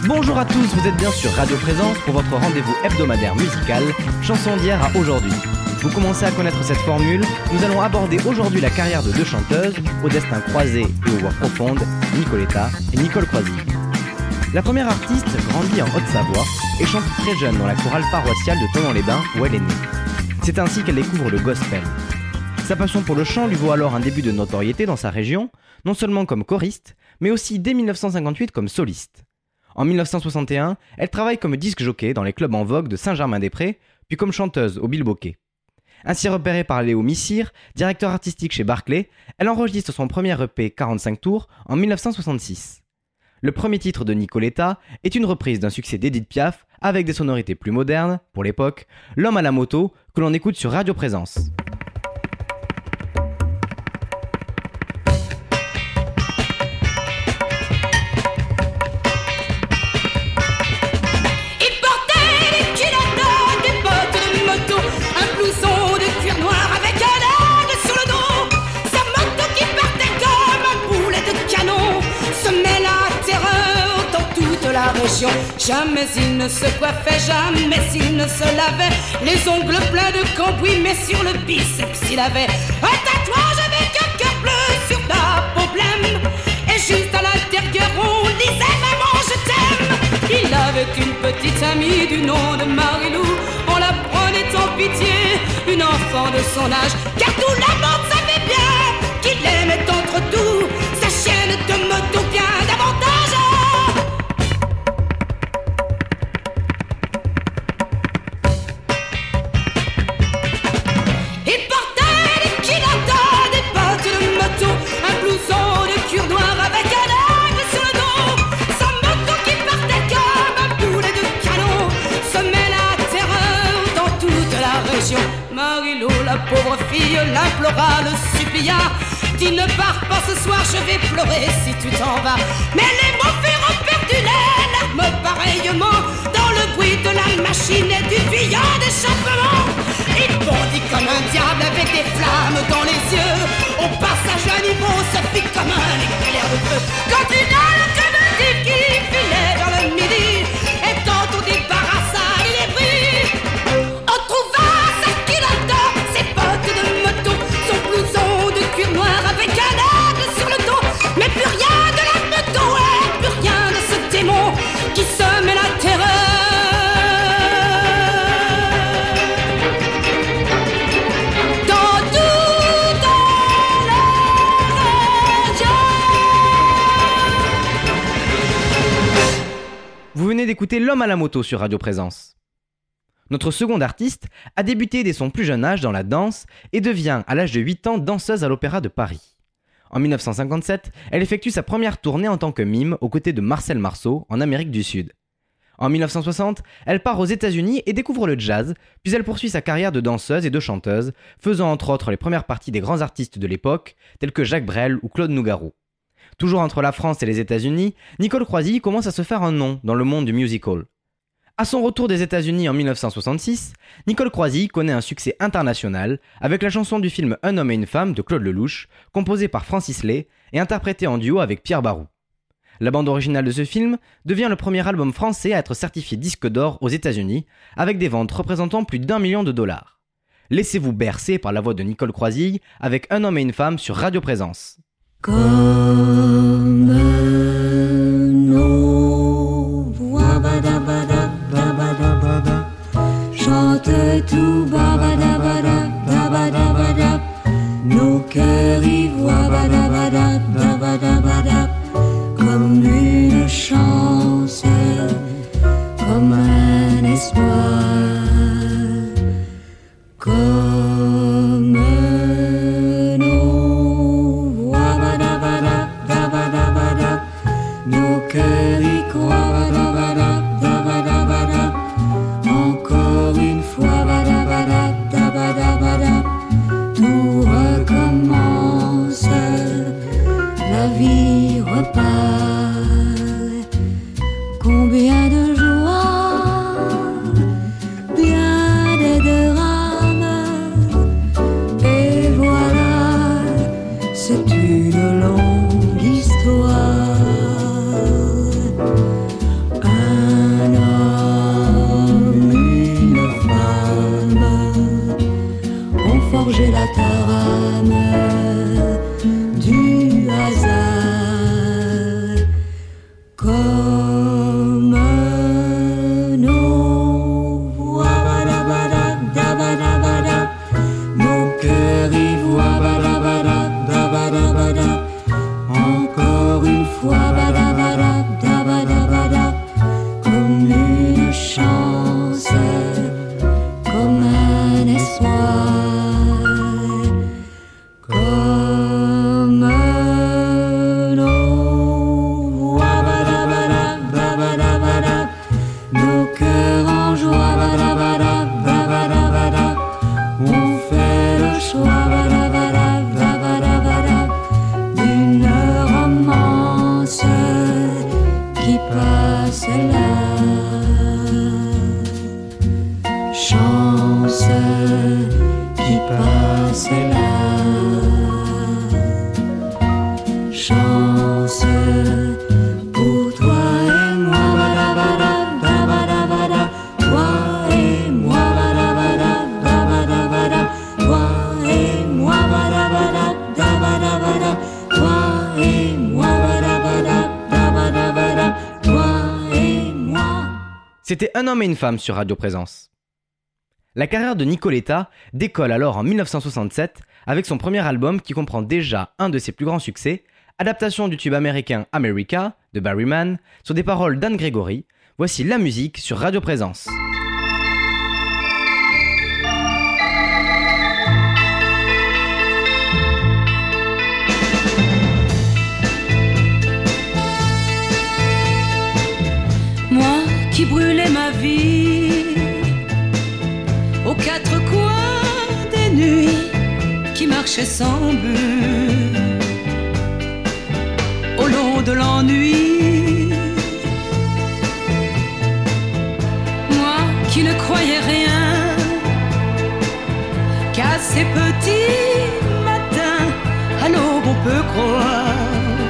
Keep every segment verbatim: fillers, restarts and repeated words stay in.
Bonjour à tous, vous êtes bien sur Radio Présence pour votre rendez-vous hebdomadaire musical, chansons d'hier à aujourd'hui. Vous commencez à connaître cette formule, nous allons aborder aujourd'hui la carrière de deux chanteuses, au destin croisé et aux voix profondes, Nicoletta et Nicole Croisille. La première artiste grandit en Haute-Savoie et chante très jeune dans la chorale paroissiale de Thonon-les-Bains où elle est née. C'est ainsi qu'elle découvre le gospel. Sa passion pour le chant lui vaut alors un début de notoriété dans sa région, non seulement comme choriste, mais aussi dès dix-neuf cent cinquante-huit comme soliste. En dix-neuf cent soixante et un, elle travaille comme disc-jockey dans les clubs en vogue de Saint-Germain-des-Prés, puis comme chanteuse au Bilboquet. Ainsi repérée par Léo Missire, directeur artistique chez Barclay, elle enregistre son premier E P quarante-cinq tours en dix-neuf cent soixante-six. Le premier titre de Nicoletta est une reprise d'un succès d'Edith Piaf avec des sonorités plus modernes, pour l'époque, L'homme à la moto, que l'on écoute sur Radio Présence. Jamais il ne se coiffait, jamais il ne se lavait. Les ongles pleins de cambouis, mais sur le biceps il avait un tatouage avec un cœur bleu sur la paupième. Et juste à l'intérieur on disait maman je t'aime. Il avait une petite amie du nom de Marilou. On la prenait en pitié, une enfant de son âge, car tout le monde savait bien qu'il aimait entre tout sa chienne de moto bien davantage. Marilou, la pauvre fille, l'implora, le supplia. Dis ne pars pas ce soir, je vais pleurer si tu t'en vas. Mais les mots furent perdus, les larmes pareillement, dans le bruit de la machine et du tuyau d'échappement. Il bondit comme un diable avec des flammes dans les yeux. Au passage à niveau se fit comme un éclair de feu. Quand une locomotive qui filait dans le midi, et quand on débarrassa les débris, on trouva ses bottes de moto, son blouson de cuir noir avec un aigle sur le dos. Mais plus rien de la moto et plus rien de ce démon qui semait la terreur. Dans toute la région. Vous venez d'écouter L'homme à la moto sur Radio Présence. Notre seconde artiste a débuté dès son plus jeune âge dans la danse et devient, à l'âge de huit ans, danseuse à l'Opéra de Paris. En dix-neuf cent cinquante-sept, elle effectue sa première tournée en tant que mime aux côtés de Marcel Marceau en Amérique du Sud. En dix-neuf cent soixante, elle part aux États-Unis et découvre le jazz, puis elle poursuit sa carrière de danseuse et de chanteuse, faisant entre autres les premières parties des grands artistes de l'époque, tels que Jacques Brel ou Claude Nougaro. Toujours entre la France et les États-Unis, Nicole Croisille commence à se faire un nom dans le monde du musical. À son retour des États-Unis en dix-neuf cent soixante-six, Nicole Croisille connaît un succès international avec la chanson du film Un homme et une femme de Claude Lelouch, composée par Francis Lay et interprétée en duo avec Pierre Barou. La bande originale de ce film devient le premier album français à être certifié disque d'or aux États-Unis, avec des ventes représentant plus d'un million de dollars. Laissez-vous bercer par la voix de Nicole Croisille avec Un homme et une femme sur Radio Présence. Comme nos voix badabada, babada, chante tout babada, babada, nos cœurs y voient badabada, babada, comme une chance, comme un espoir, comme nos voix badabada, babada, nos cœurs y croient badabada, babada, encore une fois badabada, babada, tout recommence, la vie repart. Combien de joie, bien des drames, et voilà, c'est une longue histoire. passe là. Chance qui passe là. Chance pour toi et moi, bada bada bada bada. Toi et moi, bada bada bada bada. Toi et moi, bada bada bada bada. Toi et moi, bada bada bada bada. Toi et moi. C'était Un homme et une femme sur Radio Présence. La carrière de Nicoletta décolle alors en dix-neuf cent soixante-sept avec son premier album qui comprend déjà un de ses plus grands succès, adaptation du tube américain America de Barry Mann sur des paroles d'Anne Grégory. Voici la musique sur Radio Présence. Moi qui brûlais ma vie aux quatre coins des nuits, qui marchais sans but au long de l'ennui. Moi qui ne croyais rien qu'à ces petits matins, à l'aube on peut croire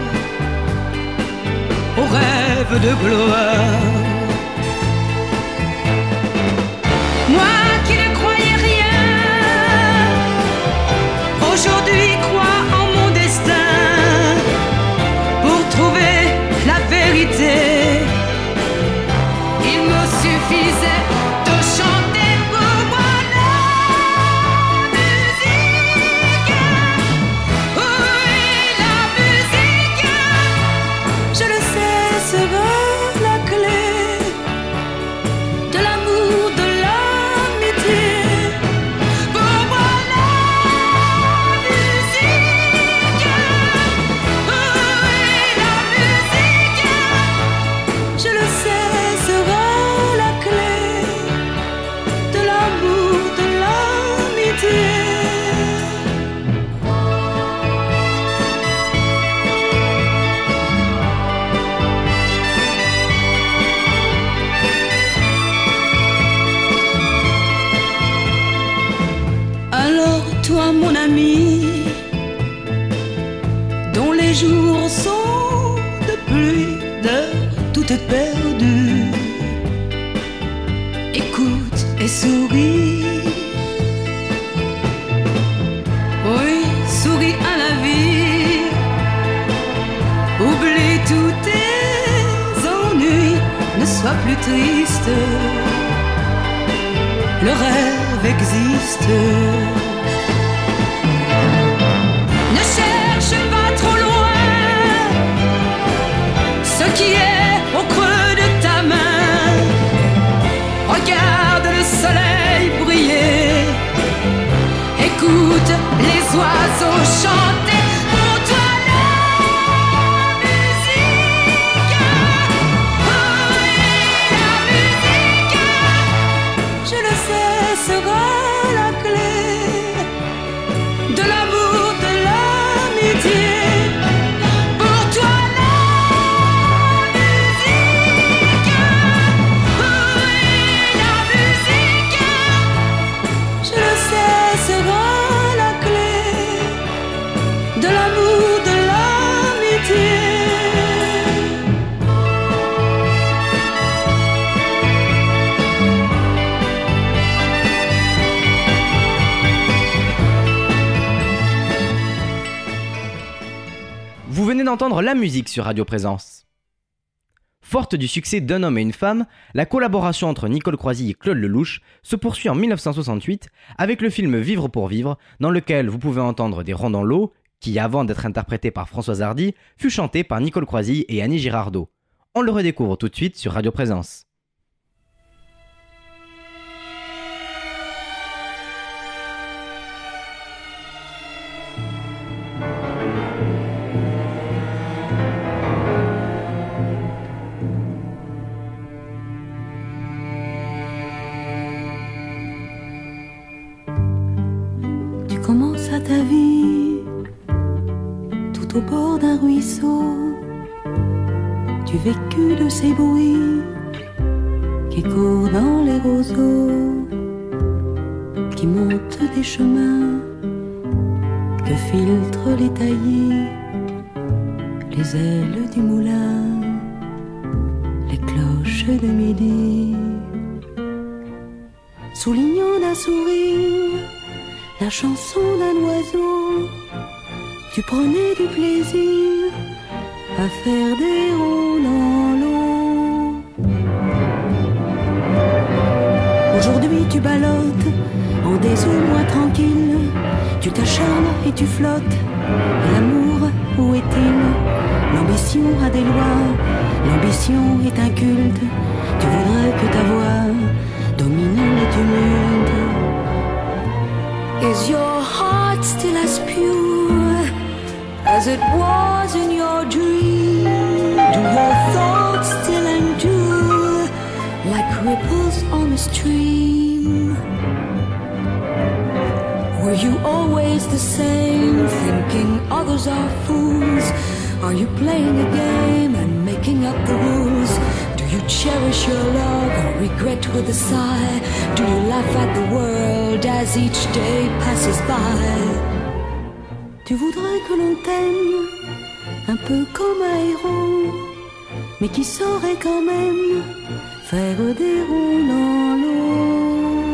aux rêves de gloire. Moi qui ne croyais rien, aujourd'hui crois en mon destin. Pour trouver la vérité, il me suffisait de chanter pour moi la musique. Oui, la musique, je le sais, sera la clé de l'amour, de l'amitié. Pour moi la musique, oui, la musique, je le sais, sera la clé de l'amour, de l'amitié. Alors toi mon ami, dont les jours sont de pluie, d'heures toutes perdues, écoute et souris. Oui, souris à la vie, oublie tous tes ennuis, ne sois plus triste, le rêve existe. Ne cherche pas trop loin ce qui est au creux de ta main. Regarde le soleil briller, écoute les oiseaux chanter. Pour toi la musique, oui, la musique, je le sais, sera la clé de l'amour, de l'amitié. Pour toi la musique, oui, la musique, je le sais, sera la clé de l'amour, de l'amitié. Vous venez d'entendre la musique sur Radio Présence. Forte du succès d'Un homme et une femme, la collaboration entre Nicole Croisille et Claude Lelouch se poursuit en dix-neuf cent soixante-huit avec le film Vivre pour vivre, dans lequel vous pouvez entendre des ronds dans l'eau, qui avant d'être interprété par Françoise Hardy, fut chanté par Nicole Croisille et Annie Girardot. On le redécouvre tout de suite sur Radio Présence. Commence à ta vie tout au bord d'un ruisseau. Tu Qu'as-tu vécu de ces bruits qui courent dans les roseaux, qui montent des chemins que filtrent les taillis, les ailes du moulin, les cloches de midi, soulignant d'un sourire la chanson d'un oiseau. Tu prenais du plaisir à faire des ronds dans l'eau. Aujourd'hui tu ballottes en des eaux moins tranquilles. Tu t'acharnes et tu flottes. Et l'amour, où est-il? L'ambition a des lois. L'ambition est un culte. Tu voudrais que ta voix domine les tumultes. Is your heart still as pure as it was in your dream? Do your thoughts still endure like ripples on a stream? Were you always the same, thinking others are fools? Are you playing a game and making up the rules? Do you cherish your love or regret with a sigh? Do you laugh at the world as each day passes by? Tu voudrais que l'on t'aime un peu comme un héros, mais qui saurait quand même faire des ronds dans l'eau.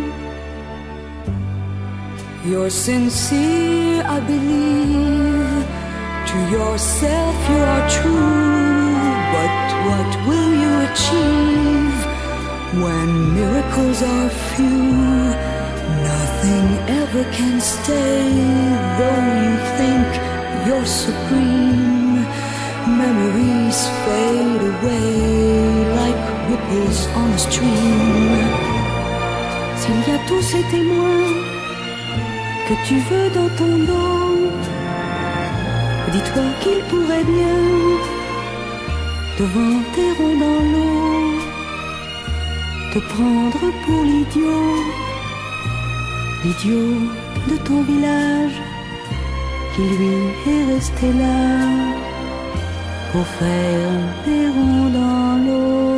You're sincere, I believe. To yourself you are true. But what will you achieve when miracles are few? Nothing ever can stay, though you think you're supreme. Memories fade away like ripples on a stream. S'il y a tous ces témoins que tu veux dans ton dos, dis-toi qu'il pourrait bien, devant tes ronds dans l'eau, te prendre pour l'idiot, l'idiot de ton village, qui lui est resté là, pour faire des ronds dans l'eau.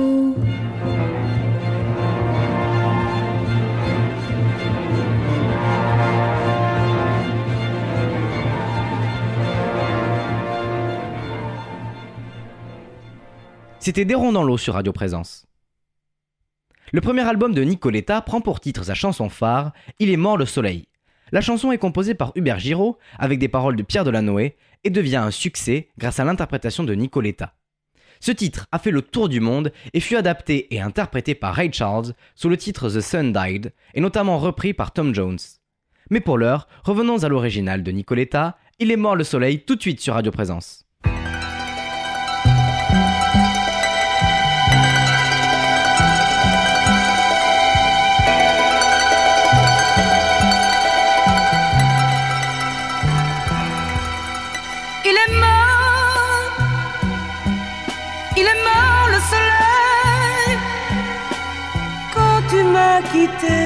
C'était Des ronds dans l'eau sur Radio Présence. Le premier album de Nicoletta prend pour titre sa chanson phare, Il est mort le soleil. La chanson est composée par Hubert Giraud avec des paroles de Pierre Delanoë et devient un succès grâce à l'interprétation de Nicoletta. Ce titre a fait le tour du monde et fut adapté et interprété par Ray Charles sous le titre The Sun Died et notamment repris par Tom Jones. Mais pour l'heure, revenons à l'original de Nicoletta, Il est mort le soleil tout de suite sur Radio Présence. Quitté.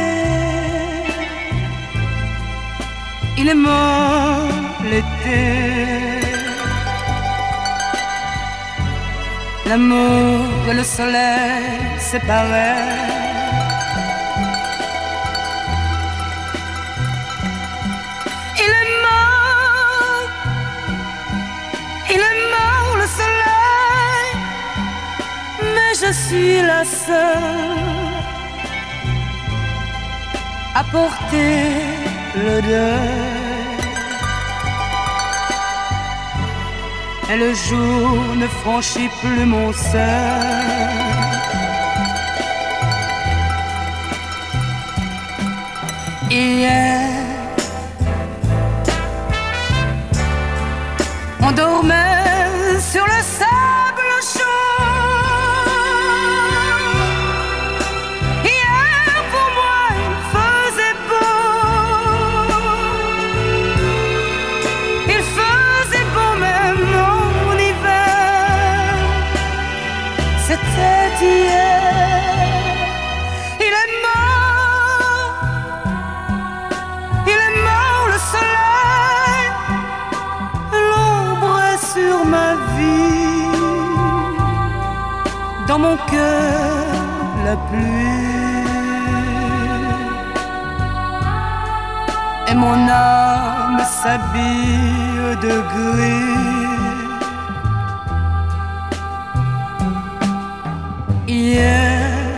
Il est mort l'été. L'amour et le soleil séparés. Il est mort. Il est mort le soleil. Mais je suis la seule à porter le deuil. Et le jour ne franchit plus mon seuil. Hier, on dormait sur le sable chaud. Il est mort, il est mort le soleil, l'ombre est sur ma vie. dans mon cœur la pluie, et mon âme s'habille de gris. Hier,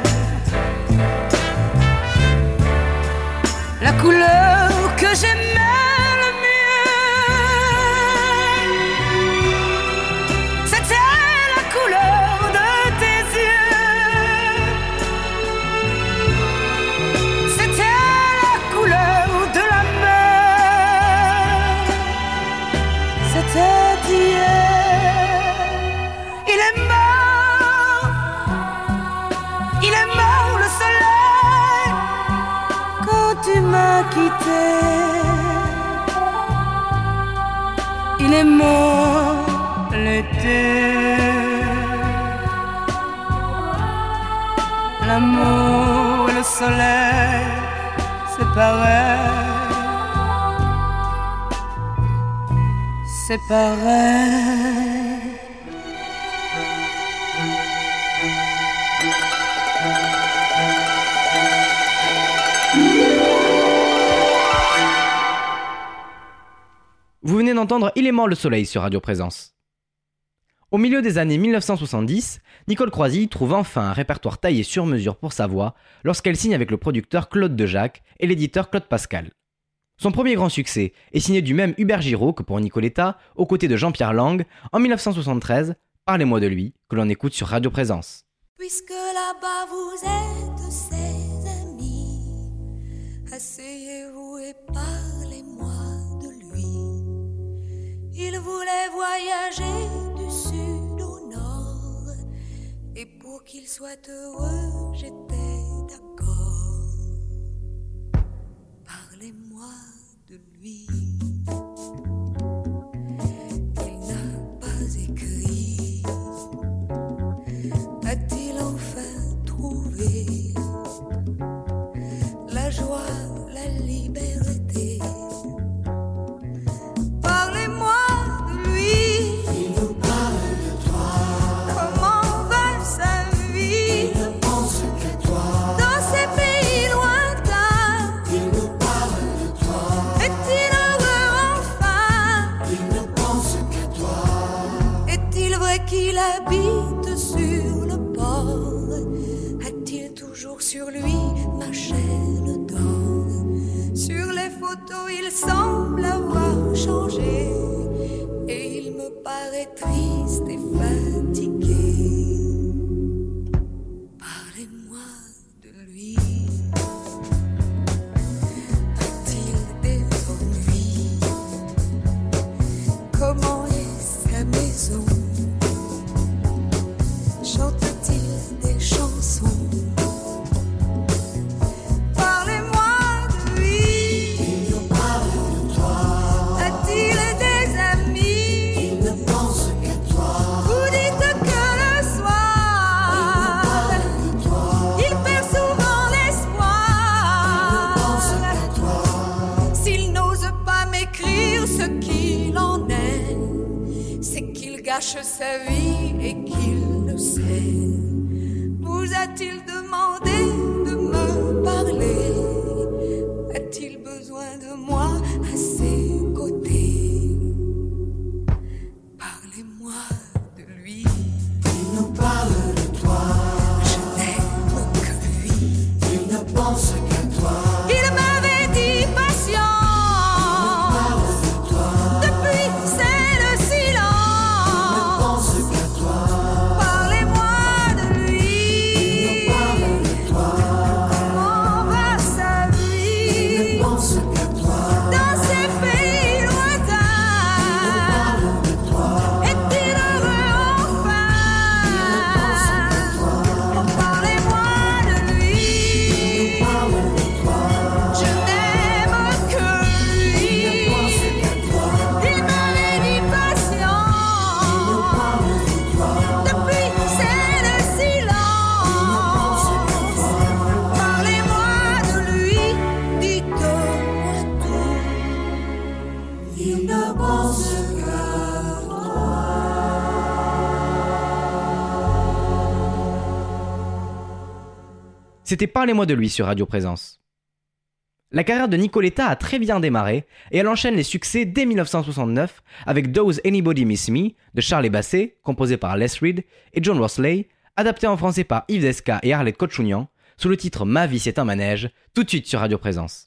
la couleur que j'aimais le mieux, c'était la couleur de tes yeux, c'était la couleur de la mer, c'était hier. Il est mort, il est mort le soleil quand tu m'as quitté. Il est mort l'été. L'amour et le soleil, c'est pareil, c'est pareil. Vous venez d'entendre Il est mort le soleil sur Radio Présence. Au milieu des années mille neuf cent soixante-dix, Nicole Croisille trouve enfin un répertoire taillé sur mesure pour sa voix lorsqu'elle signe avec le producteur Claude Dejac et l'éditeur Claude Pascal. Son premier grand succès est signé du même Hubert Giraud que pour Nicoletta, aux côtés de Jean-Pierre Lang, en mille neuf cent soixante-treize, Parlez-moi de lui, que l'on écoute sur Radio Présence. Puisque là-bas vous êtes ses amis, asseyez-vous et parlez-moi de lui. Il voulait voyager du sud au nord, et pour qu'il soit heureux, j'étais d'accord. Parlez-moi de lui. Il n'a pas écrit. A-t-il enfin trouvé la joie, la liberté? Parlez-moi de lui. Il nous parle de toi. Comment va sa vie? Il ne pense qu'à toi. Dans ces pays lointains. Il nous parle de toi. Est-il heureux enfin? Il ne pense qu'à toi. Est-il vrai qu'il habite sur le port? A-t-il toujours sur lui ma chaîne d'or? Sur les photos il semble avoir changé, et il me paraît triste et fatigué. Parlez-moi de lui. A-t-il des ennuis? Comment est sa maison? Chante-t-il des chansons? Parlez-moi de lui. Il nous parle de toi. A-t-il des amis? Il ne pense qu'à toi. Vous dites que le soir, il nous parle de toi. Il perd souvent l'espoir. Il ne pense qu'à toi. S'il n'ose pas m'écrire ce qu'il en est, c'est qu'il gâche sa vie et qu'il le sait. Vous a-t-il demandé de me parler? A-t-il besoin de moi à ses côtés? Parlez-moi de lui. Il nous parle de toi. Je n'aime que lui. Il ne pense qu'à toi. Il m'avait dit patience. Il nous parle de toi. Depuis c'est le silence. Il ne pense qu'à toi. Parlez-moi de lui. Il nous parle de toi. C'était Parlez-moi de lui sur Radio Présence. La carrière de Nicoletta a très bien démarré et elle enchaîne les succès dès dix-neuf cent soixante-neuf avec Does Anybody Miss Me de Charles Basset, composé par Les Reed et John Rossley, adapté en français par Yves Desca et Arlette Kochounian, sous le titre Ma vie c'est un manège, tout de suite sur Radio Présence.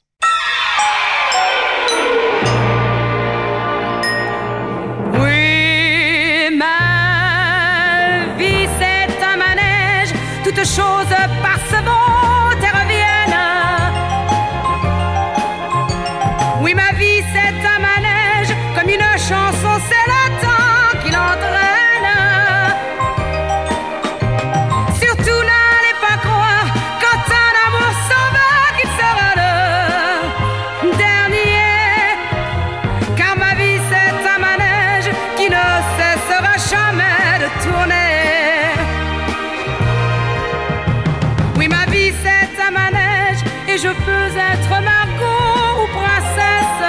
Toutes choses percevront et reviennent. Oui, ma vie c'est un manège, comme une chanson, c'est le temps qui l'entraîne. Surtout n'allez pas croire, quand un amour s'en va, qu'il sera le dernier. Car ma vie c'est un manège qui ne cessera jamais de tourner. Et je peux être Margot ou princesse.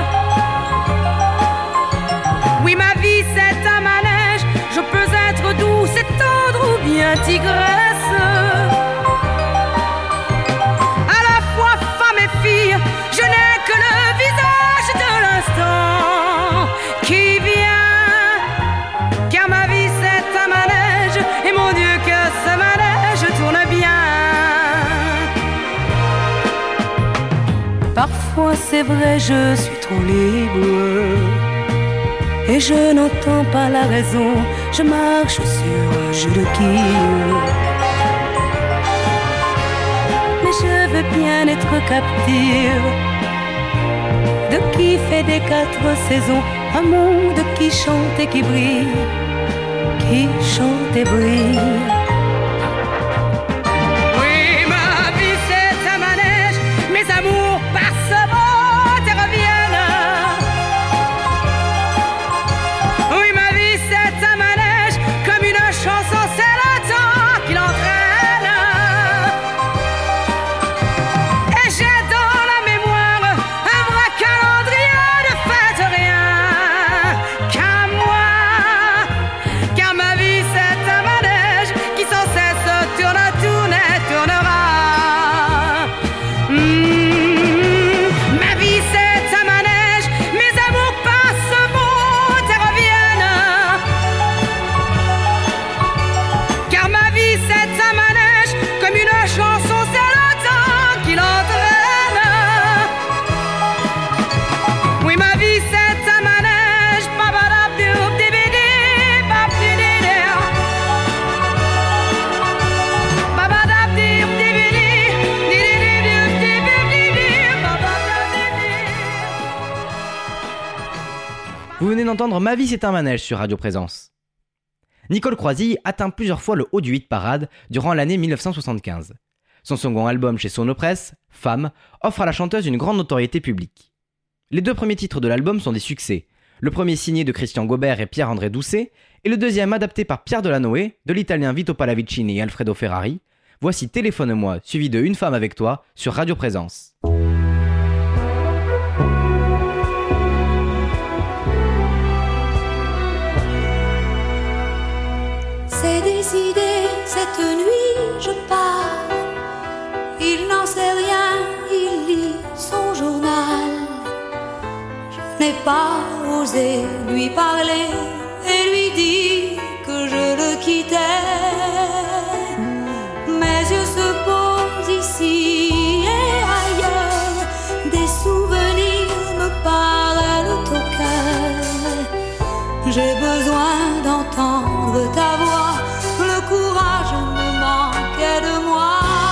Oui, ma vie c'est un manège. Je peux être douce et tendre ou bien tigresse. À la fois femme et fille, je n'ai que le visage de l'instant qui vient. Car ma vie c'est un manège. Et mon Dieu que ce manège tourne bien. Parfois c'est vrai, je suis trop libre et je n'entends pas la raison. Je marche sur un jeu de quilles, mais je veux bien être captive de qui fait des quatre saisons un monde qui chante et qui brille, qui chante et brille. Oui, ma vie c'est un manège, mes amours percevront et reviennent. Oui, ma vie c'est un manège, comme une chanson, c'est le temps qui l'entraîne. Et j'ai dans la mémoire un vrai calendrier de fête, rien qu'à moi. Car ma vie c'est un manège qui sans cesse tourne, tourne et tournera. Mmh. Ma vie c'est un manège, mes amours passent, vont et reviennent. Car ma vie c'est un manège, comme une chanson, c'est le temps qui l'entraîne. Oui, ma vie c'est un manège, babadabdoubdibidi, babdididi. Babadabdoubdibidi, didididibdibidi, babadabdidi. Vous venez d'entendre Ma vie c'est un manège sur Radio Présence. Nicole Croisille atteint plusieurs fois le haut du hit parade durant l'année dix-neuf cent soixante-quinze. Son second album chez Sonopresse, Femme, offre à la chanteuse une grande notoriété publique. Les deux premiers titres de l'album sont des succès. Le premier signé de Christian Gaubert et Pierre-André Doucet, et le deuxième adapté par Pierre Delanoë, de l'italien Vito Pallavicini et Alfredo Ferrari. Voici Téléphone-moi, suivi de Une femme avec toi sur Radio Présence. C'est décidé, cette nuit je pars. Il n'en sait rien, il lit son journal. Je n'ai pas osé lui parler et lui dire que je le quittais. Mes yeux se posent ici et ailleurs. Des souvenirs me parlent au cœur. J'ai besoin d'entendre ta voix. Le courage me manquait de moi.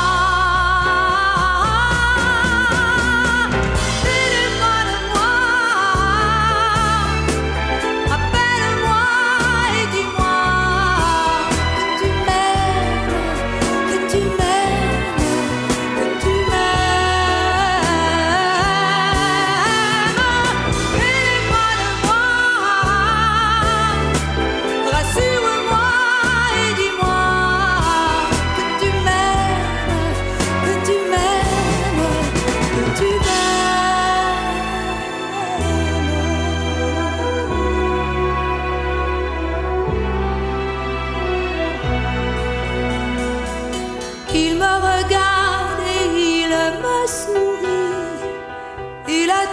Téléphone-moi, appelle-moi et dis-moi que tu m'aimes, que tu m'aimes, que tu m'aimes. Téléphone-moi, rassure-moi et dis-moi que tu m'aimes, que tu m'aimes, que tu m'aimes. Il me regarde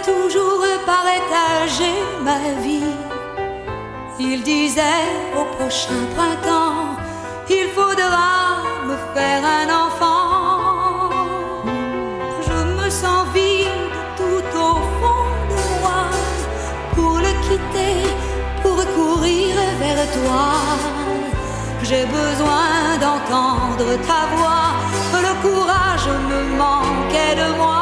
toujours partager ma vie. Il disait au prochain printemps, il faudra me faire un enfant. Je me sens vide tout au fond de moi, pour le quitter, pour courir vers toi. J'ai besoin d'entendre ta voix, le courage me manquait de moi.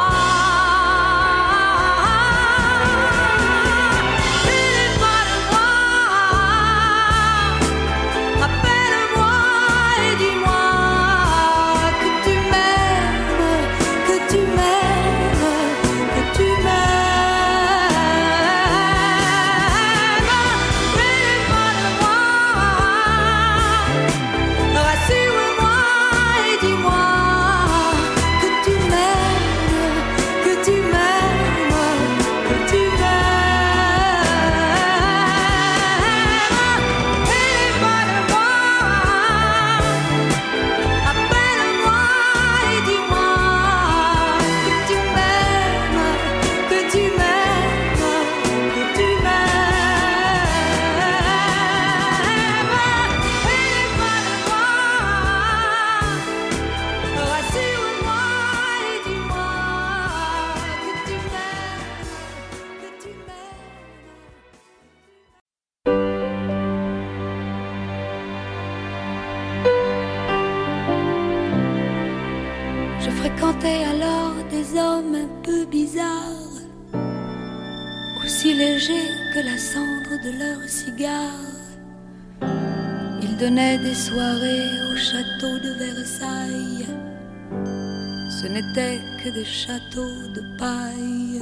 Alors des hommes un peu bizarres, aussi légers que la cendre de leur cigare. Ils donnaient des soirées au château de Versailles. Ce n'étaient que des châteaux de paille.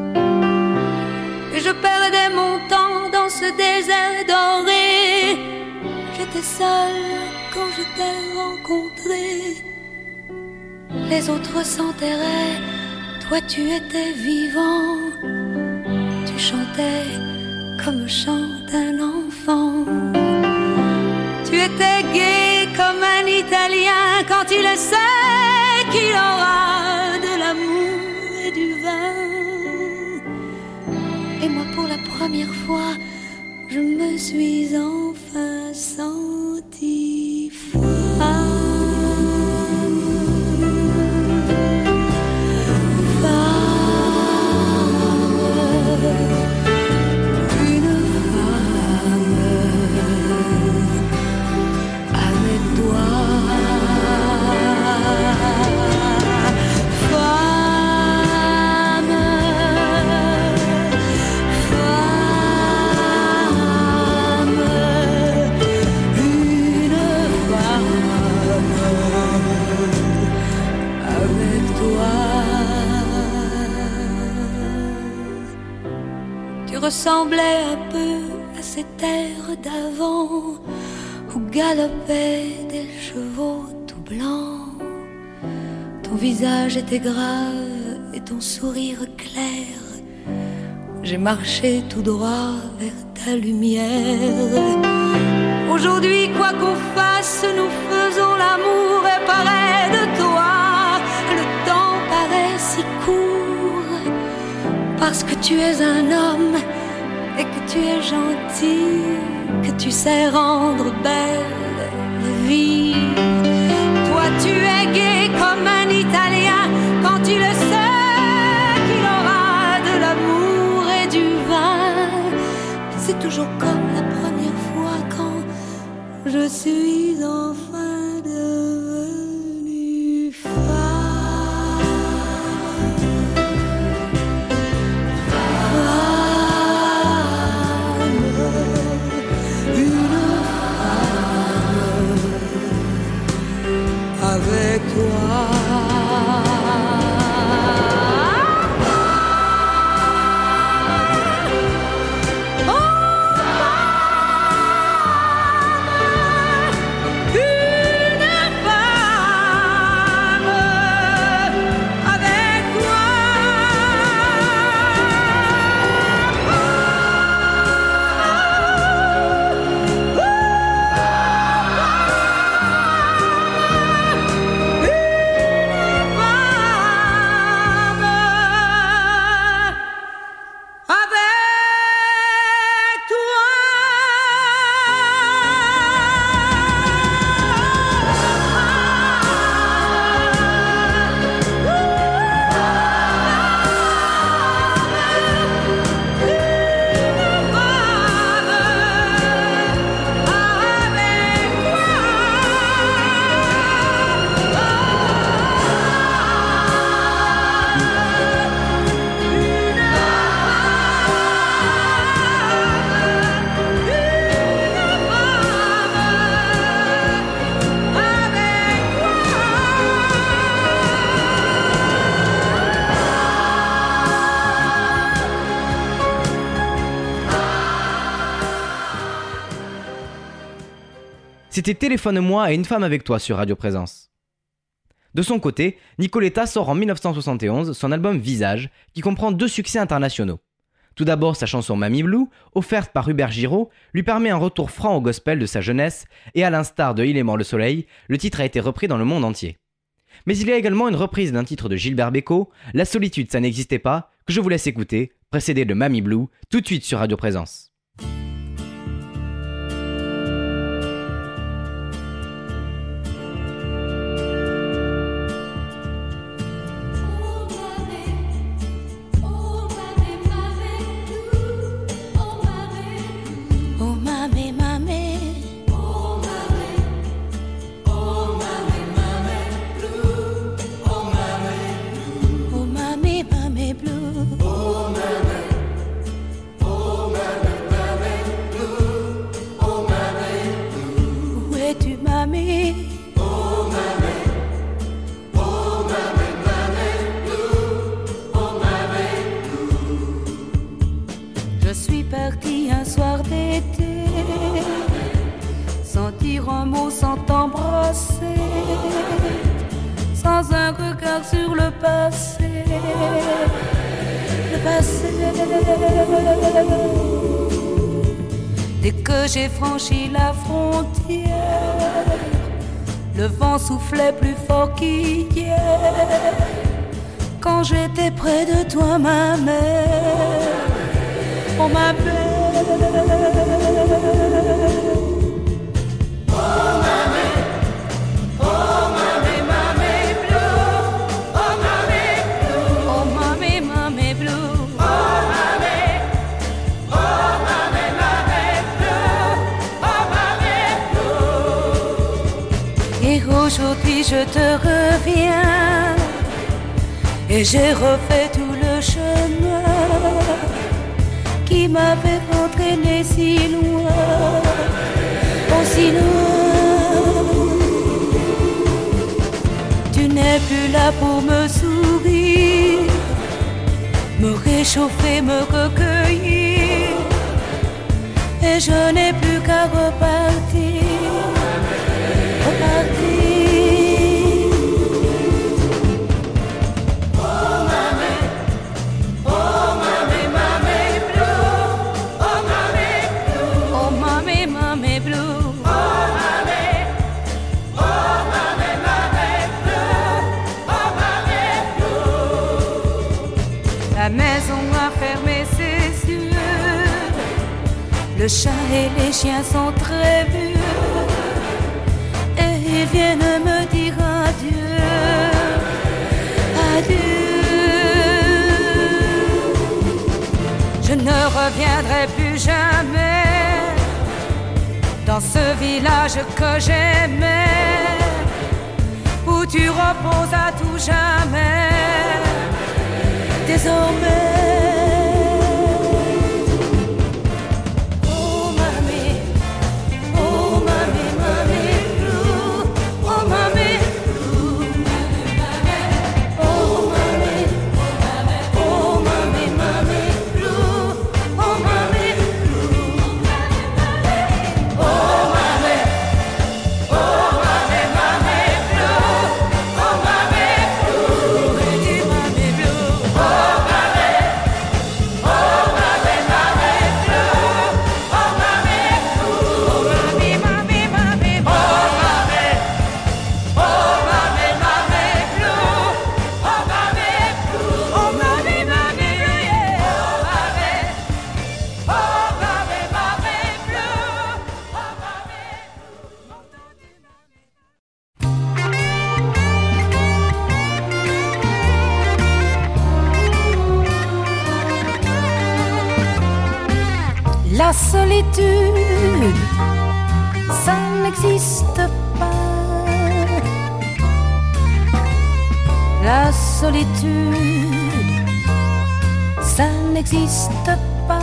Et je perdais mon temps dans ce désert doré. J'étais seule quand je t'ai rencontré. Les autres s'enterraient, toi tu étais vivant. Tu chantais comme chante un enfant. Tu étais gai comme un Italien quand il sait qu'il aura de l'amour et du vin. Et moi pour la première fois, je me suis enfin sentie femme. Ressemblait un peu à ces terres d'avant où galopaient des chevaux tout blancs. Ton visage était grave et ton sourire clair. J'ai marché tout droit vers ta lumière. Aujourd'hui, quoi qu'on fasse, nous faisons l'amour et pareil de toi. Le temps paraît si court parce que tu es un homme et que tu es gentil, que tu sais rendre belle la vie. Toi tu es gai comme un Italien quand tu le sais qu'il aura de l'amour et du vin. C'est toujours comme la première fois quand je suis enfin devenue femme. Avec toi. Oh, une C'était Téléphone-moi et une femme avec toi sur Radio Présence. De son côté, Nicoletta sort en dix-neuf cent soixante et onze son album Visage, qui comprend deux succès internationaux. Tout d'abord, sa chanson Mamie Blue, offerte par Hubert Giraud, lui permet un retour franc au gospel de sa jeunesse, et à l'instar de Il aimant le soleil, le titre a été repris dans le monde entier. Mais il y a également une reprise d'un titre de Gilbert Bécaud, La solitude ça n'existait pas, que je vous laisse écouter, précédé de Mamie Blue, tout de suite sur Radio Présence. Dès que j'ai franchi la frontière, le vent soufflait plus fort qu'hier. Quand j'étais près de toi, ma mère, oh ma mère, oh ma mère. Aujourd'hui je te reviens et j'ai refait tout le chemin qui m'avait entraîné si loin, oh si loin. Tu n'es plus là pour me sourire, me réchauffer, me recueillir, et je n'ai plus qu'à repartir. La maison a fermé ses yeux, le chat et les chiens sont très vieux, et ils viennent me dire adieu, adieu. Je ne reviendrai plus jamais dans ce village que j'aimais, où tu reposes à tout jamais. Désormais, oh mamie, oh mamie, mamie blue, oh mamie blue, oh mamie, oh mamie, mamie blue, oh mamie blue, oh mamie, oh mamie, mamie blue, oh mamie blue, et tu mamie blue. La solitude, ça n'existe pas. La solitude, ça n'existe pas.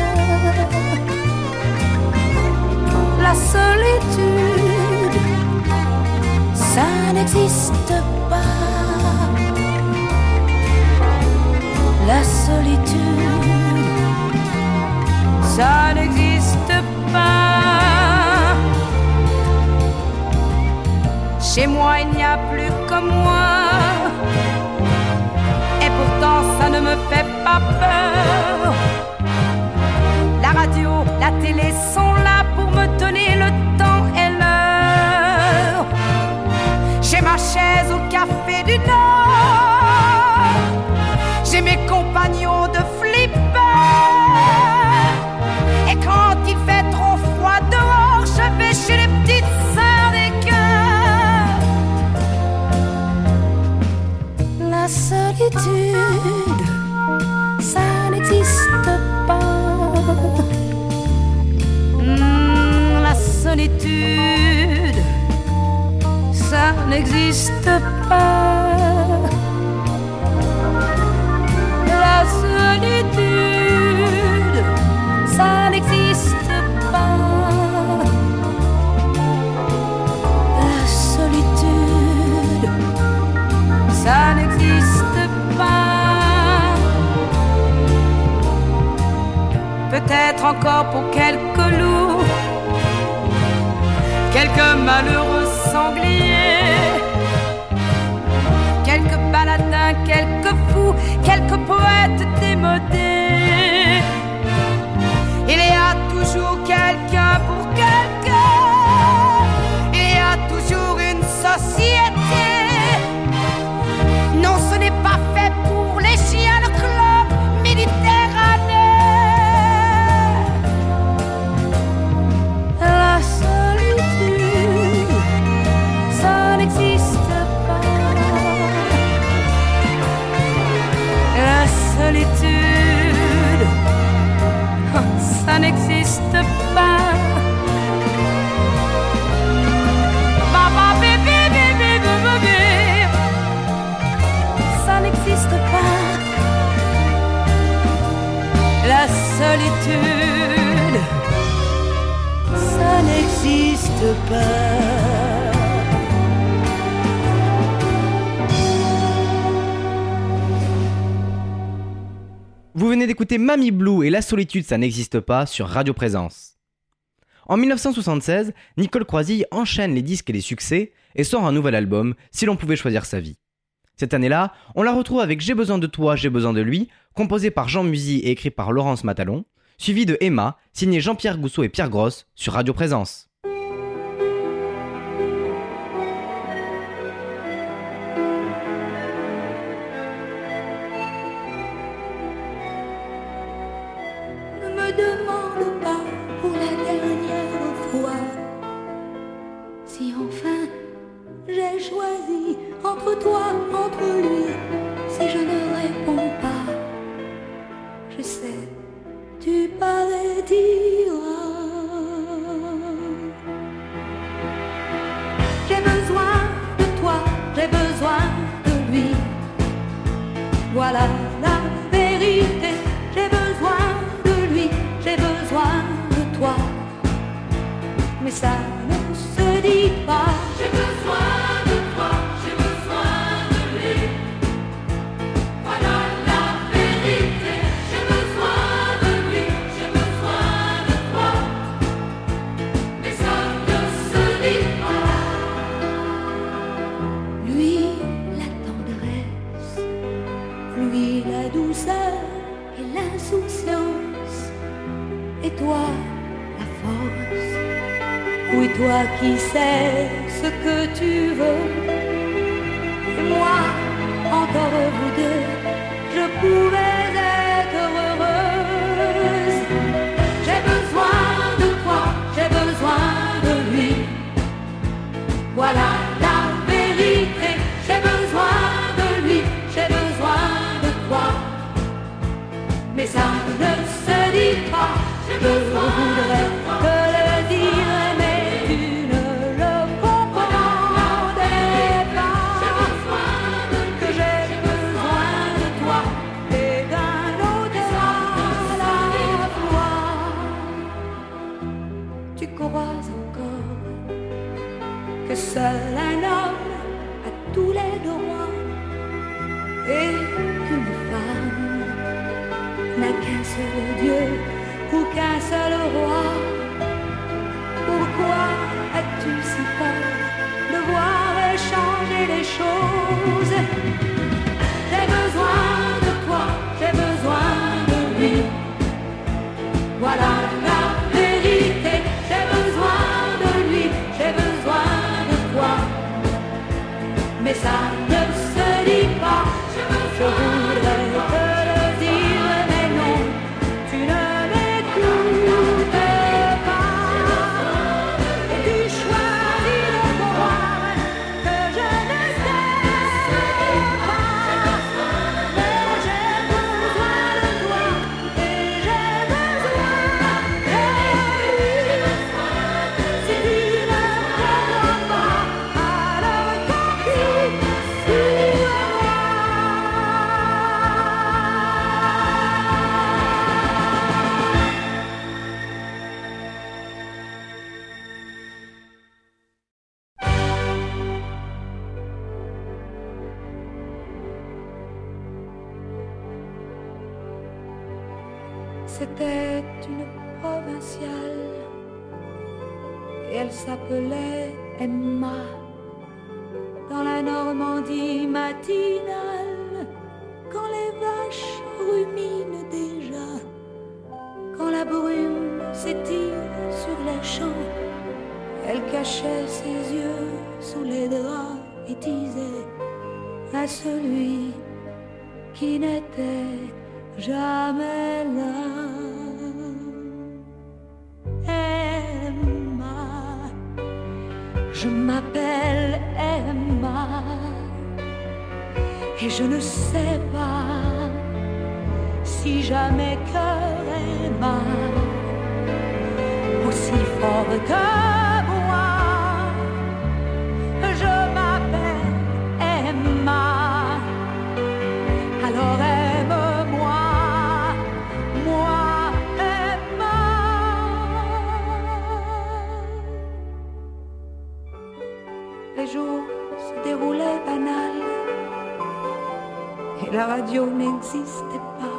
La solitude, ça n'existe pas. La solitude, ça n'existe pas. Chez moi il n'y a plus que moi, et pourtant ça ne me fait pas peur. La radio, la télé sont là pour me donner le temps et l'heure. J'ai ma chaise au café du Nord, j'ai mes compagnons de flipper. Et quand il fait trop froid dehors, je vais chez les petites sœurs des cœurs. La solitude, ça n'existe pas. Mmh, la solitude, ça n'existe pas. La solitude, ça n'existe pas. La solitude, ça n'existe pas. Peut-être encore pour quelques loups, quelques malheureux sangliers, quelques baladins, quelques fous, quelques poètes démodés. Il y a toujours quelqu'un pour quelqu'un, il y a toujours une société. Non, ce n'est pas fait pour les chiens, le club méditerranéen. La solitude, ça n'existe pas. La solitude, ça n'existe pas. Baba, bébé, bébé, bébé, ça n'existe pas. La solitude, ça n'existe pas. Vous venez d'écouter Mamie Blue et La solitude, ça n'existe pas sur Radio Présence. En dix-neuf cent soixante-seize, Nicole Croisille enchaîne les disques et les succès et sort un nouvel album, Si l'on pouvait choisir sa vie. Cette année-là, on la retrouve avec J'ai besoin de toi, j'ai besoin de lui, composé par Jean Musy et écrit par Laurence Matalon, suivi de Emma, signé Jean-Pierre Gousseau et Pierre Grosse sur Radio Présence. Ne me demande pas pour la dernière fois si enfin j'ai choisi entre toi, entre lui. Si je ne réponds pas, je sais, tu paraîtras. J'ai besoin de toi, j'ai besoin de lui. Voilà la vérité. J'ai besoin de lui, j'ai besoin de toi. Mais ça ne se dit pas. J'ai besoin de toi, j'ai besoin de lui. Voilà la vérité. J'ai besoin de lui, j'ai besoin de toi. Mais ça ne se dit pas. Lui, la tendresse, lui, la douceur et l'insouciance. Et toi, la force. Oui, toi qui sais ce que tu veux. Et moi, encore vous deux, je pouvais être heureuse. J'ai besoin de toi, j'ai besoin de lui. Voilà la vérité. J'ai besoin de lui, j'ai besoin de toi. Mais ça ne se dit pas. Je voudrais te le dire, mais tu ne le comprendrais pas. Que j'ai besoin de toi et d'un autre à la fois. Tu crois encore que seul un homme a tous les droits et qu'une femme n'a qu'un seul Dieu ou qu'un seul roi. Pourquoi as-tu si peur de voir changer les choses. J'ai besoin de toi, j'ai besoin de lui. Voilà la vérité. J'ai besoin de lui, j'ai besoin de toi. Mais ça ne se dit pas. Je voudrais te le dire, mais non, tu ne m'écoutes pas. Et tu choisis de croire que je ne t'aime pas. Mais j'ai besoin de toi et j'ai besoin de lui. Si tu ne comprends pas, alors tant pis, suis-moi. C'était une provinciale et elle s'appelait Emma. Dans la Normandie matinale, quand les vaches ruminent déjà, quand la brume s'étire sur les champs, elle cachait ses yeux sous les draps et disait à celui qui n'était jamais là: Emma, je m'appelle Emma et je ne sais pas si jamais cœur Emma aussi fort que moi. Je m'appelle Emma, alors aime-moi, moi Emma. Les jours se déroulaient banals et la radio n'existait pas.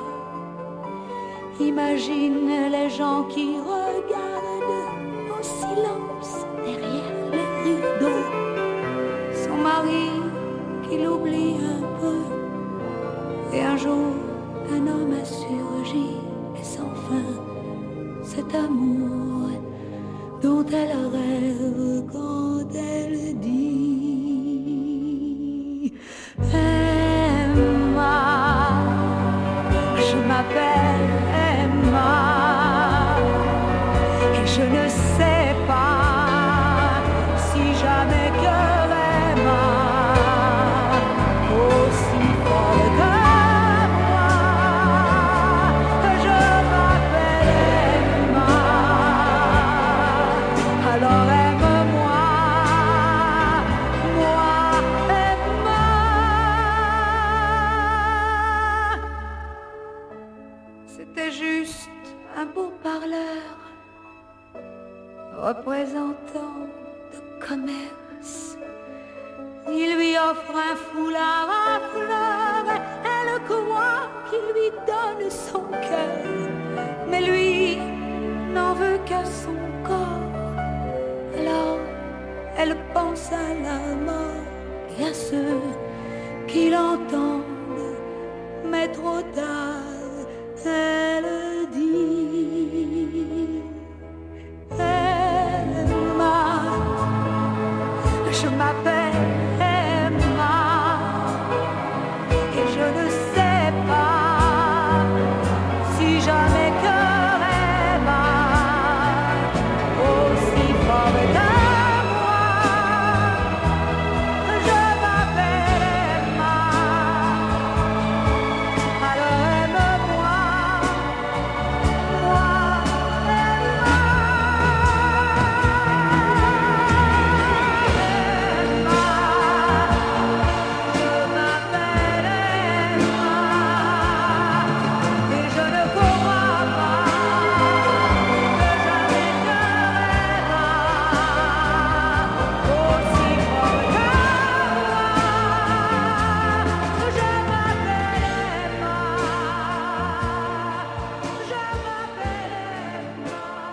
Imagine les gens qui regardent en silence derrière les rideaux son mari qui l'oublie un peu. Et un jour, un homme a surgi et sans fin cet amour dont elle rêve quand elle dit: Emma, je m'appelle Emma et je ne sais pas si jamais cœur Emma aussi fort que moi. Je m'appelle Emma, alors aime-moi, moi Emma. C'était juste un beau parleur représentant de commerce. Il lui offre un foulard à fleurs, elle croit qu'il lui donne son cœur, mais lui n'en veut qu'à son corps. Alors elle pense à la mort et à ceux qui l'entendent, mais trop tard elle dit: Emma, je m'appelle Emma et je ne sais pas si jamais cœur Emma aussi fort que moi. Je m'appelle Emma, alors aime-moi, moi Emma.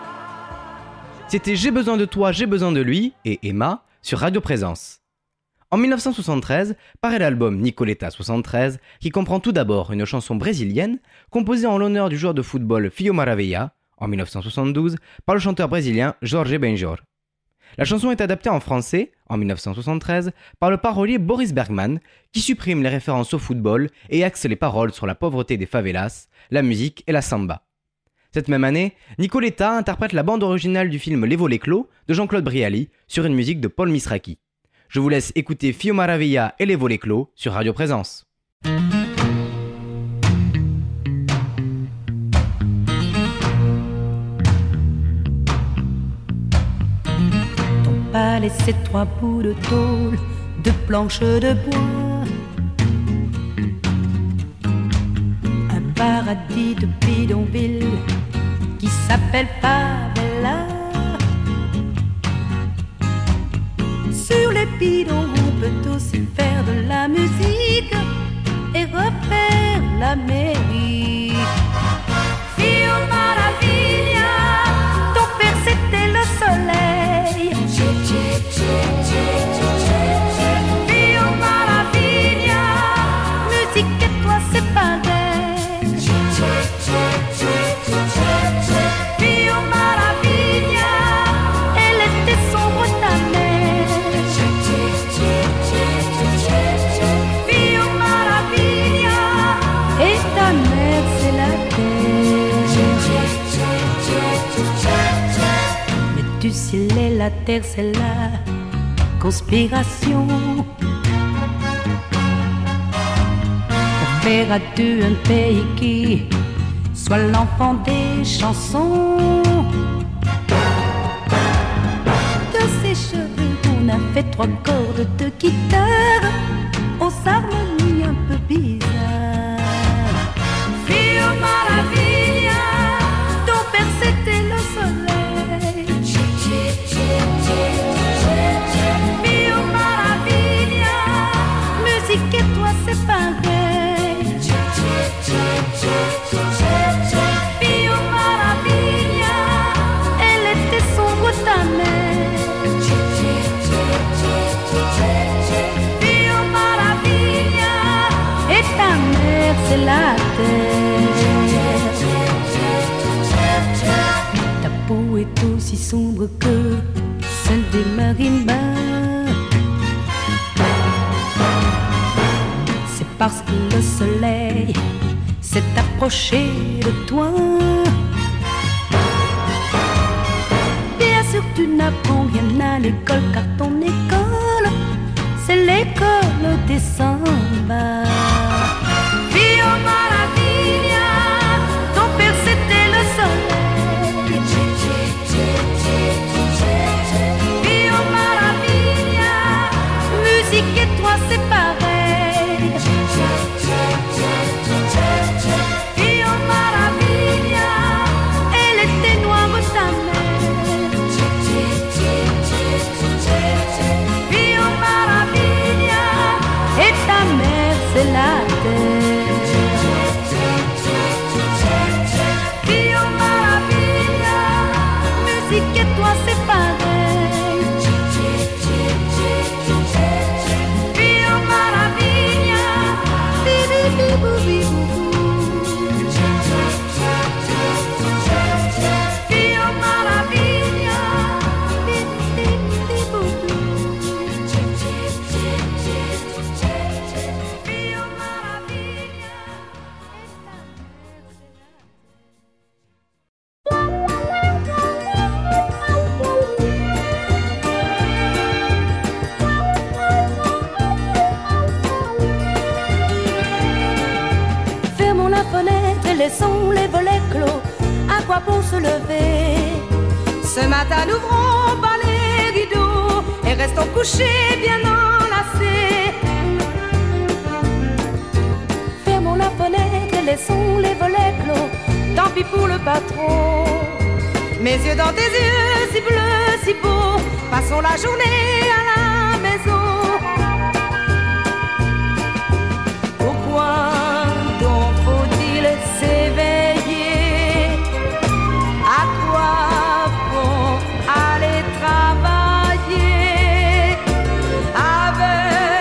C'était J'ai besoin de toi, j'ai besoin de lui et Emma sur Radio Présence. En dix-neuf cent soixante-treize, paraît l'album Nicoleta soixante-treize, qui comprend tout d'abord une chanson brésilienne, composée en l'honneur du joueur de football Fio Maravilha, en dix-neuf cent soixante-douze, par le chanteur brésilien Jorge Benjor. La chanson est adaptée en français, en dix-neuf cent soixante-treize, par le parolier Boris Bergman, qui supprime les références au football et axe les paroles sur la pauvreté des favelas, la musique et la samba. Cette même année, Nicoleta interprète la bande originale du film Les volets clos de Jean-Claude Brialy sur une musique de Paul Misraki. Je vous laisse écouter Fio Maravilha et Les volets clos sur Radio Présence. Pas laisser trois bouts de tôle, de planches de bois, un paradis de bidonville qui s'appelle favela. Sur les bidons on peut aussi faire de la musique et refaire l'Amérique. Fio Maravilha, ton père c'était le soleil. Fio Maravilha, musique et toi c'est pareil. Fio Maravilha, elle était sombre ta mère. Fio Maravilha, et ta mère c'est la terre. Mais du ciel et la terre c'est la conspiration pour faire à deux un pays qui soit l'enfant des chansons. De ses cheveux on a fait trois cordes de guitare aux harmonies un peu bizarres. Fio Maravilha, ton père c'était le soleil. Fio Maravilha, musique et toi c'est pareil. Fio Maravilha, elle était sombre ta mère. Fio Maravilha, et ta mère c'est la terre. Ta peau est aussi sombre que celle des marimbas. C'est parce que le soleil s'est approché de toi. Bien sûr tu n'apprends rien à l'école, car ton école c'est l'école des sambas. Fio Maravilha, ton père c'était le soleil. Fio Maravilha, musique et toi c'est pareil. Fio Maravilha, elle était noire ta mère. Fio Maravilha, et ta mère c'est la terre. Fio Maravilha, musique et toi c'est pareil. Fio Maravilha, bibi bibou bibou. Fio Maravilha, bibi bibou. Fio Maravilha. Fermons la fenêtre et laissons les volets clos. À quoi bon se lever? Ce matin n'ouvrons pas les rideaux et restons couchés bien enlacés. Fermons la fenêtre et laissons les volets clos. Tant pis pour le patron. Mes yeux dans tes yeux, si bleus, si beaux. Passons la journée à la maison. Pourquoi donc faut-il s'éveiller? À quoi bon aller travailler avec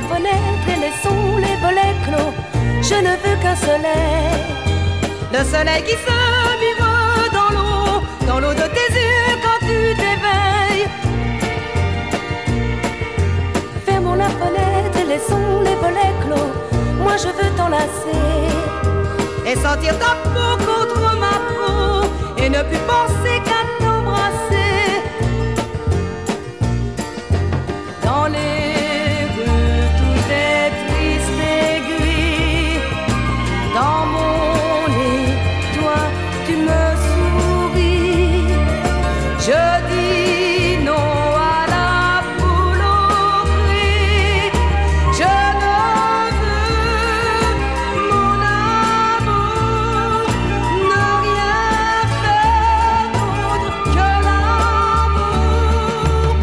fenêtre et laissons les volets clos. Je ne veux qu'un soleil, le soleil qui se mire dans l'eau, dans l'eau de tes yeux quand tu t'éveilles. Fermons la fenêtre et laissons les volets clos. Moi je veux t'enlacer et sentir ta peau contre ma peau et ne plus penser qu'à t'embrasser. Dans les rues tout est triste et gris. Dans mon lit, toi tu me souris. Je dis non à la foule au cri. Je ne veux, mon amour, ne rien faire d'autre que l'amour.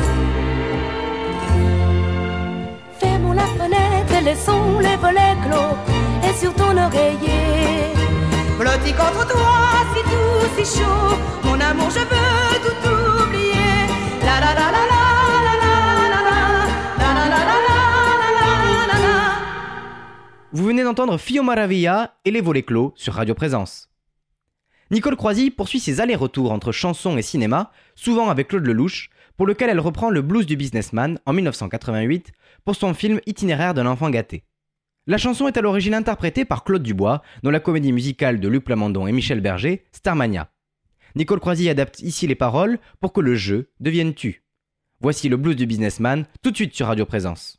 Fermons la fenêtre et laissons les volets clos. Et sur ton oreiller, Blotti contre toi, si doux, si chaud. Mon amour, je veux tout oublier. La la la la la la la la la la la la la la la la. Vous venez d'entendre Fio Maravilla et Les Volets Clos sur Radio Présence. Nicole Croisy poursuit ses allers-retours entre chansons et cinéma, souvent avec Claude Lelouch, pour lequel elle reprend le blues du businessman en dix-neuf cent quatre-vingt-huit pour son film Itinéraire d'un enfant gâté. La chanson est à l'origine interprétée par Claude Dubois dans la comédie musicale de Luc Plamondon et Michel Berger, Starmania. Nicole Croisy adapte ici les paroles pour que le jeu devienne tu. Voici le blues du businessman, tout de suite sur Radio Présence.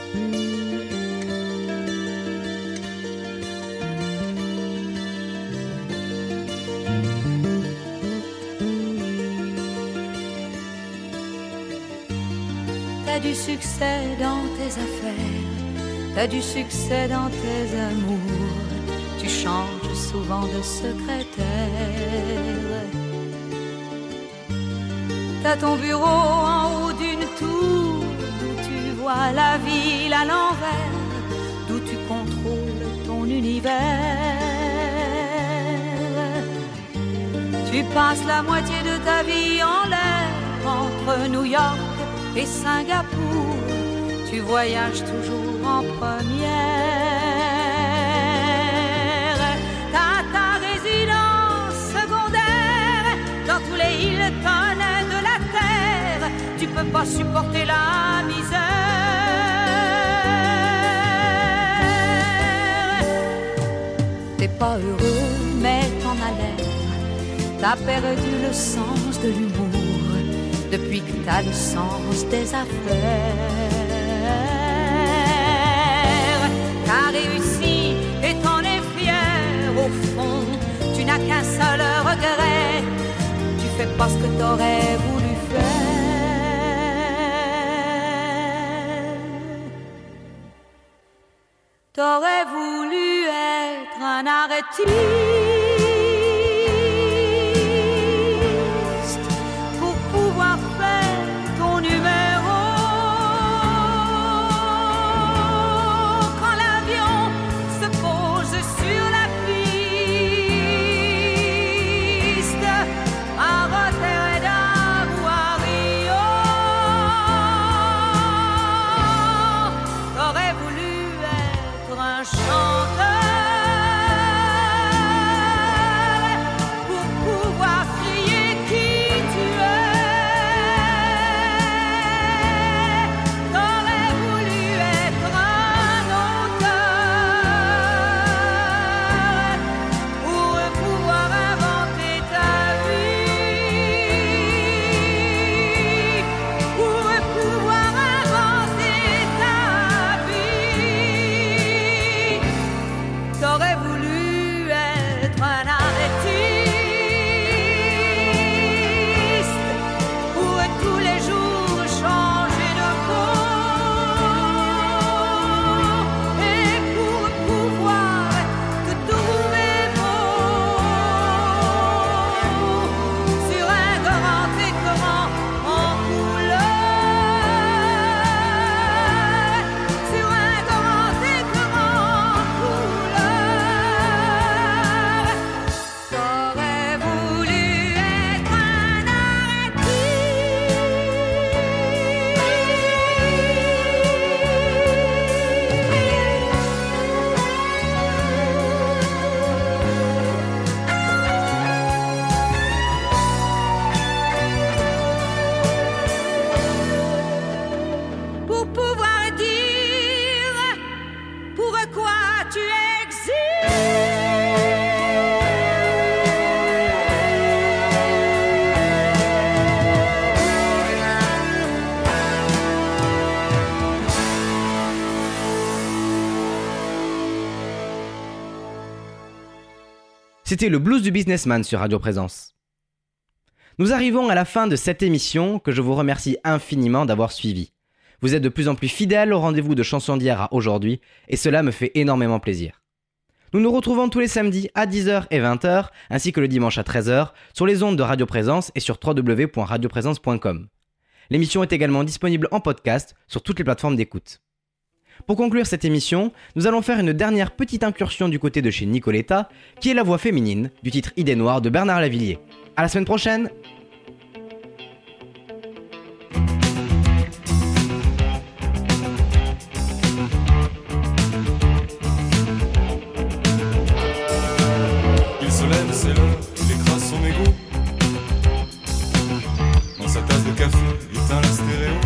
t'as du succès dans tes affaires, t'as du succès dans tes amours, tu changes souvent de secrétaire. T'as ton bureau en haut d'une tour, d'où tu vois la ville à l'envers, d'où tu contrôles ton univers. Tu passes la moitié de ta vie en l'air, entre New York et Singapour, tu voyages toujours en première. T'as ta résidence secondaire dans tous les Hilton de la terre, tu peux pas supporter la misère. T'es pas heureux mais t'en as l'air, t'as perdu le sens de l'humour depuis que t'as le sens des affaires. T'as réussi et t'en es fier, au fond, tu n'as qu'un seul regret, tu fais pas ce que t'aurais voulu faire. T'aurais voulu être un artiste chanteur. C'était le blues du businessman sur Radio Présence. Nous arrivons à la fin de cette émission que je vous remercie infiniment d'avoir suivi. Vous êtes de plus en plus fidèles au rendez-vous de chansons d'hier à aujourd'hui et cela me fait énormément plaisir. Nous nous retrouvons tous les samedis à dix heures et vingt heures ainsi que le dimanche à treize heures sur les ondes de Radio Présence et sur w w w point radio présence point com. L'émission est également disponible en podcast sur toutes les plateformes d'écoute. Pour conclure cette émission, nous allons faire une dernière petite incursion du côté de chez Nicoletta, qui est la voix féminine du titre Idée Noire de Bernard Lavilliers. À la semaine prochaine! Il se lève, c'est l'heure, il écrase son égo. Dans sa tasse de café, il éteint la stéréo.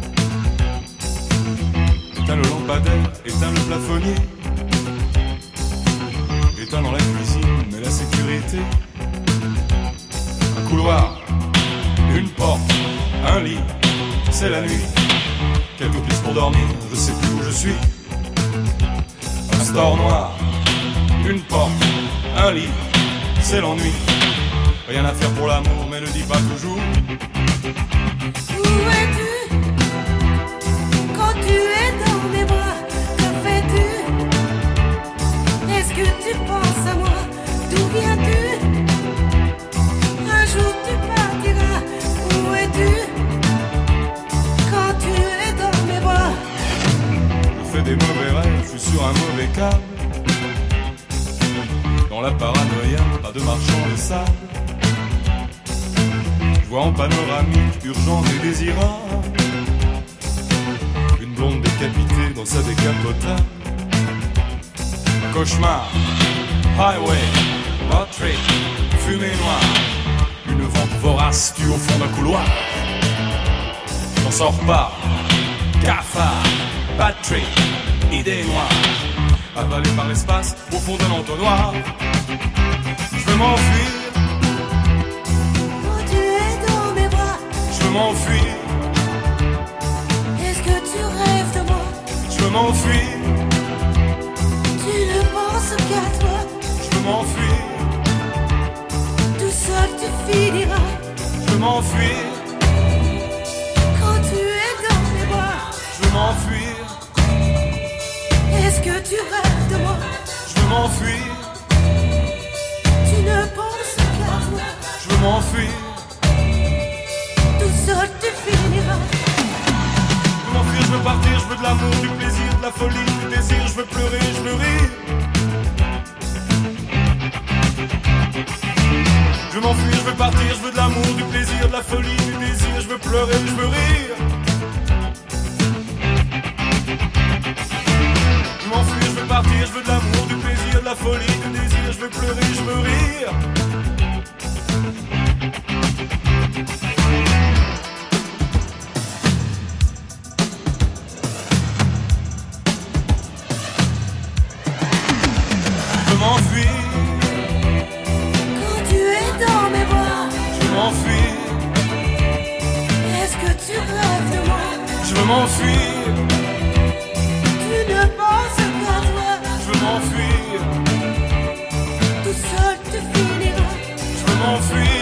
Éteint le lampadaire, éteint le plafonnier. Éteint dans la cuisine, mais la sécurité. Un couloir, une porte, un lit, c'est la nuit. Quelques pistes pour dormir, je sais plus où je suis. Un store noir, une porte, un lit, c'est l'ennui. Rien à faire pour l'amour, mais ne dis pas toujours. Où es-tu quand tu es dans mes bras? Que fais-tu? Est-ce que tu penses à moi? D'où viens-tu? Un jour tu partiras. Où es-tu quand tu es dans mes bras? Je fais des mauvais rêves, je suis sur un mauvais câble. Dans la paranoïa, pas de marchand de sable. Je vois en panoramique, urgente et désirable, une blonde décapitée dans sa décapotable. Cauchemar, highway, hot trick, fumée noire. Une vente vorace tue au fond d'un couloir. J'en sors pas, cafard, bad trick, idée noire. Avalé par l'espace au fond d'un entonnoir. Je veux m'enfuir. Quand tu es dans mes bras, Je veux m'enfuir. est-ce que tu rêves de moi? Je veux m'enfuir. Tu ne penses qu'à toi. Je veux m'enfuir. Tout seul tu finiras. Je veux m'enfuir. Quand tu es dans mes bras, Je veux m'enfuir. est-ce que tu rêves de moi? Je veux m'enfuir. Tu ne penses qu'à toi. Je veux m'enfuir. Tout seul tu finiras. Je veux m'enfuir, je veux partir, je veux de l'amour, du plaisir, de la folie, du désir, je veux pleurer, je veux rire. Je veux m'enfuir, je veux partir, je veux de l'amour, du plaisir, de la folie, du désir, je veux pleurer, je veux rire. Je veux m'enfuir, je veux partir, je veux de l'amour, du plaisir, de la folie, du désir, je veux pleurer, je veux rire. Je veux m'enfuir, Quand tu es dans mes bras, je veux m'enfuir, est-ce que tu rêves de moi? je veux m'enfuir, Tu ne penses qu'à toi. je veux m'enfuir, Tout seul tu finiras. je veux m'enfuir.